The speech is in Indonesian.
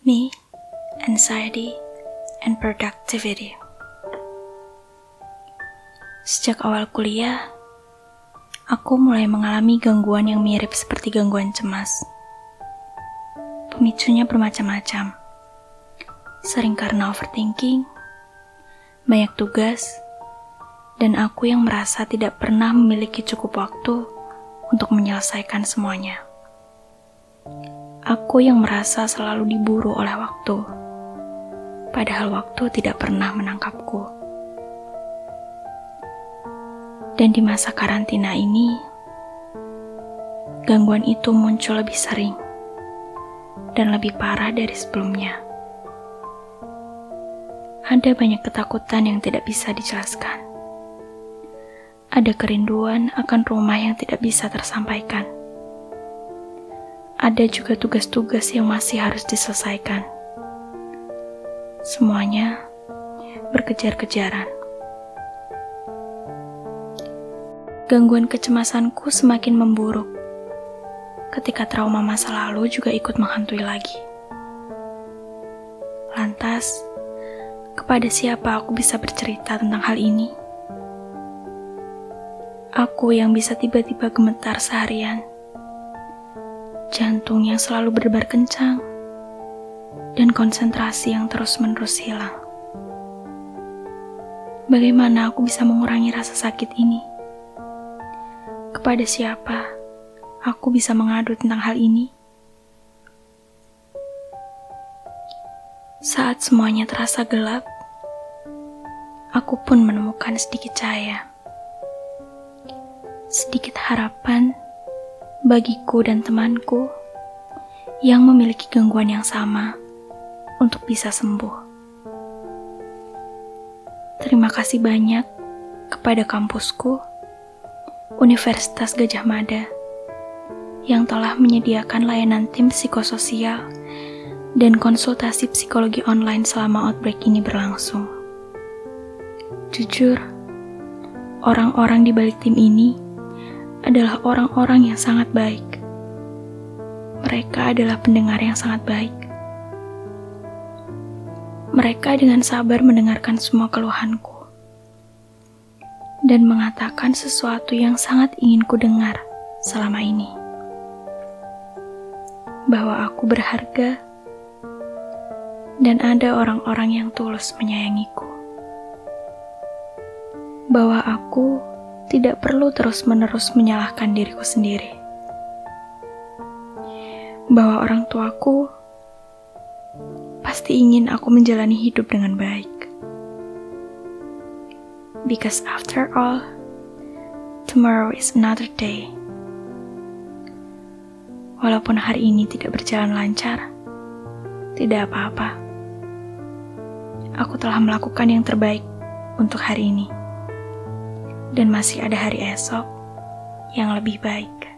Me, Anxiety, and Productivity. Sejak awal kuliah, aku mulai mengalami gangguan yang mirip seperti gangguan cemas. Pemicunya bermacam-macam. Sering karena overthinking, banyak tugas, dan aku yang merasa tidak pernah memiliki cukup waktu untuk menyelesaikan semuanya. Aku yang merasa selalu diburu oleh waktu, padahal waktu tidak pernah menangkapku. Dan di masa karantina ini, gangguan itu muncul lebih sering dan lebih parah dari sebelumnya. Ada banyak ketakutan yang tidak bisa dijelaskan. Ada kerinduan akan rumah yang tidak bisa tersampaikan. Ada juga tugas-tugas yang masih harus diselesaikan. Semuanya berkejar-kejaran. Gangguan kecemasanku semakin memburuk ketika trauma masa lalu juga ikut menghantui lagi. Lantas, kepada siapa aku bisa bercerita tentang hal ini? Aku yang bisa tiba-tiba gemetar seharian, jantung yang selalu berdebar kencang, dan konsentrasi yang terus-menerus hilang. Bagaimana aku bisa mengurangi rasa sakit ini? Kepada siapa aku bisa mengadu tentang hal ini? Saat semuanya terasa gelap, aku pun menemukan sedikit cahaya. Sedikit harapan bagiku dan temanku yang memiliki gangguan yang sama untuk bisa sembuh. Terima kasih banyak kepada kampusku, Universitas Gadjah Mada, yang telah menyediakan layanan tim psikososial dan konsultasi psikologi online selama outbreak ini berlangsung. Jujur, orang-orang di balik tim ini adalah orang-orang yang sangat baik. Mereka adalah pendengar yang sangat baik. Mereka dengan sabar mendengarkan semua keluhanku dan mengatakan sesuatu yang sangat ingin ku dengar selama ini. Bahwa aku berharga dan ada orang-orang yang tulus menyayangiku. Bahwa aku tidak perlu terus-menerus menyalahkan diriku sendiri. Bahwa orang tuaku pasti ingin aku menjalani hidup dengan baik. Because after all, tomorrow is another day. Walaupun hari ini tidak berjalan lancar, tidak apa-apa. Aku telah melakukan yang terbaik untuk hari ini. Dan masih ada hari esok yang lebih baik.